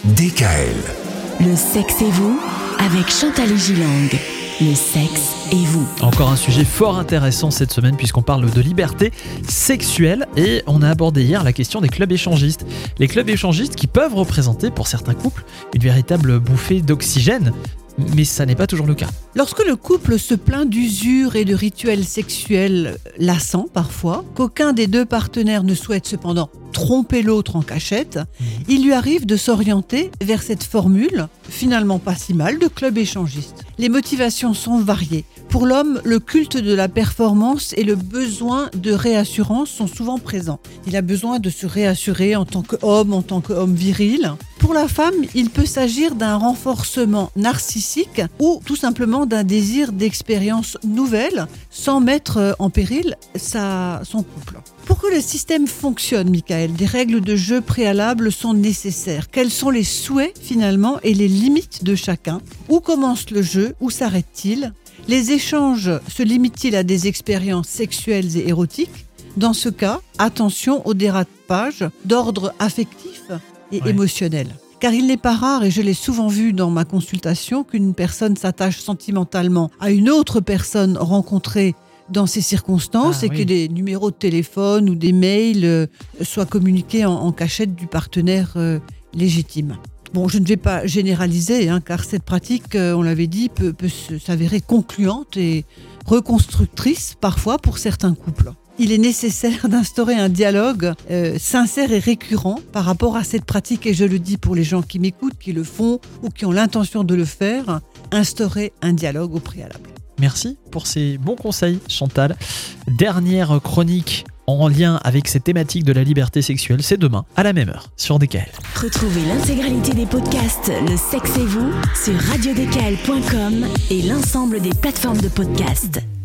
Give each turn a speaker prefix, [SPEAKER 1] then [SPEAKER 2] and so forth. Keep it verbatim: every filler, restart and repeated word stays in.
[SPEAKER 1] D K L.
[SPEAKER 2] Le sexe et vous, avec Chantal Gilang. Le sexe et vous.
[SPEAKER 3] Encore un sujet fort intéressant cette semaine puisqu'on parle de liberté sexuelle et on a abordé hier la question des clubs échangistes. Les clubs échangistes qui peuvent représenter pour certains couples une véritable bouffée d'oxygène, mais ça n'est pas toujours le cas.
[SPEAKER 4] Lorsque le couple se plaint d'usure et de rituels sexuels lassants parfois, qu'aucun des deux partenaires ne souhaite cependant tromper l'autre en cachette, mmh. il lui arrive de s'orienter vers cette formule, finalement pas si mal, de club échangiste. Les motivations sont variées. Pour l'homme, le culte de la performance et le besoin de réassurance sont souvent présents. Il a besoin de se réassurer en tant qu'homme, en tant qu'homme viril. Pour la femme, il peut s'agir d'un renforcement narcissique ou tout simplement d'un désir d'expérience nouvelle sans mettre en péril sa, son couple. Pour que le système fonctionne, Michael, des règles de jeu préalables sont nécessaires. Quels sont les souhaits finalement et les limites de chacun? Où commence le jeu? Où s'arrête-t-il? Les échanges se limitent-ils à des expériences sexuelles et érotiques? Dans ce cas, attention aux dérapages d'ordre affectif et ouais. émotionnel. Car il n'est pas rare, et je l'ai souvent vu dans ma consultation, qu'une personne s'attache sentimentalement à une autre personne rencontrée dans ces circonstances ah, et oui. que des numéros de téléphone ou des mails euh, soient communiqués en, en cachette du partenaire euh, légitime. Bon, je ne vais pas généraliser, hein, car cette pratique, euh, on l'avait dit, peut, peut s'avérer concluante et reconstructrice parfois pour certains couples. Il est nécessaire d'instaurer un dialogue euh, sincère et récurrent par rapport à cette pratique, et je le dis pour les gens qui m'écoutent, qui le font ou qui ont l'intention de le faire, instaurer un dialogue au préalable.
[SPEAKER 3] Merci pour ces bons conseils, Chantal. Dernière chronique en lien avec ces thématiques de la liberté sexuelle, c'est demain, à la même heure, sur D K L.
[SPEAKER 2] Retrouvez l'intégralité des podcasts Le sexe et vous sur radio d k l point com et l'ensemble des plateformes de podcasts.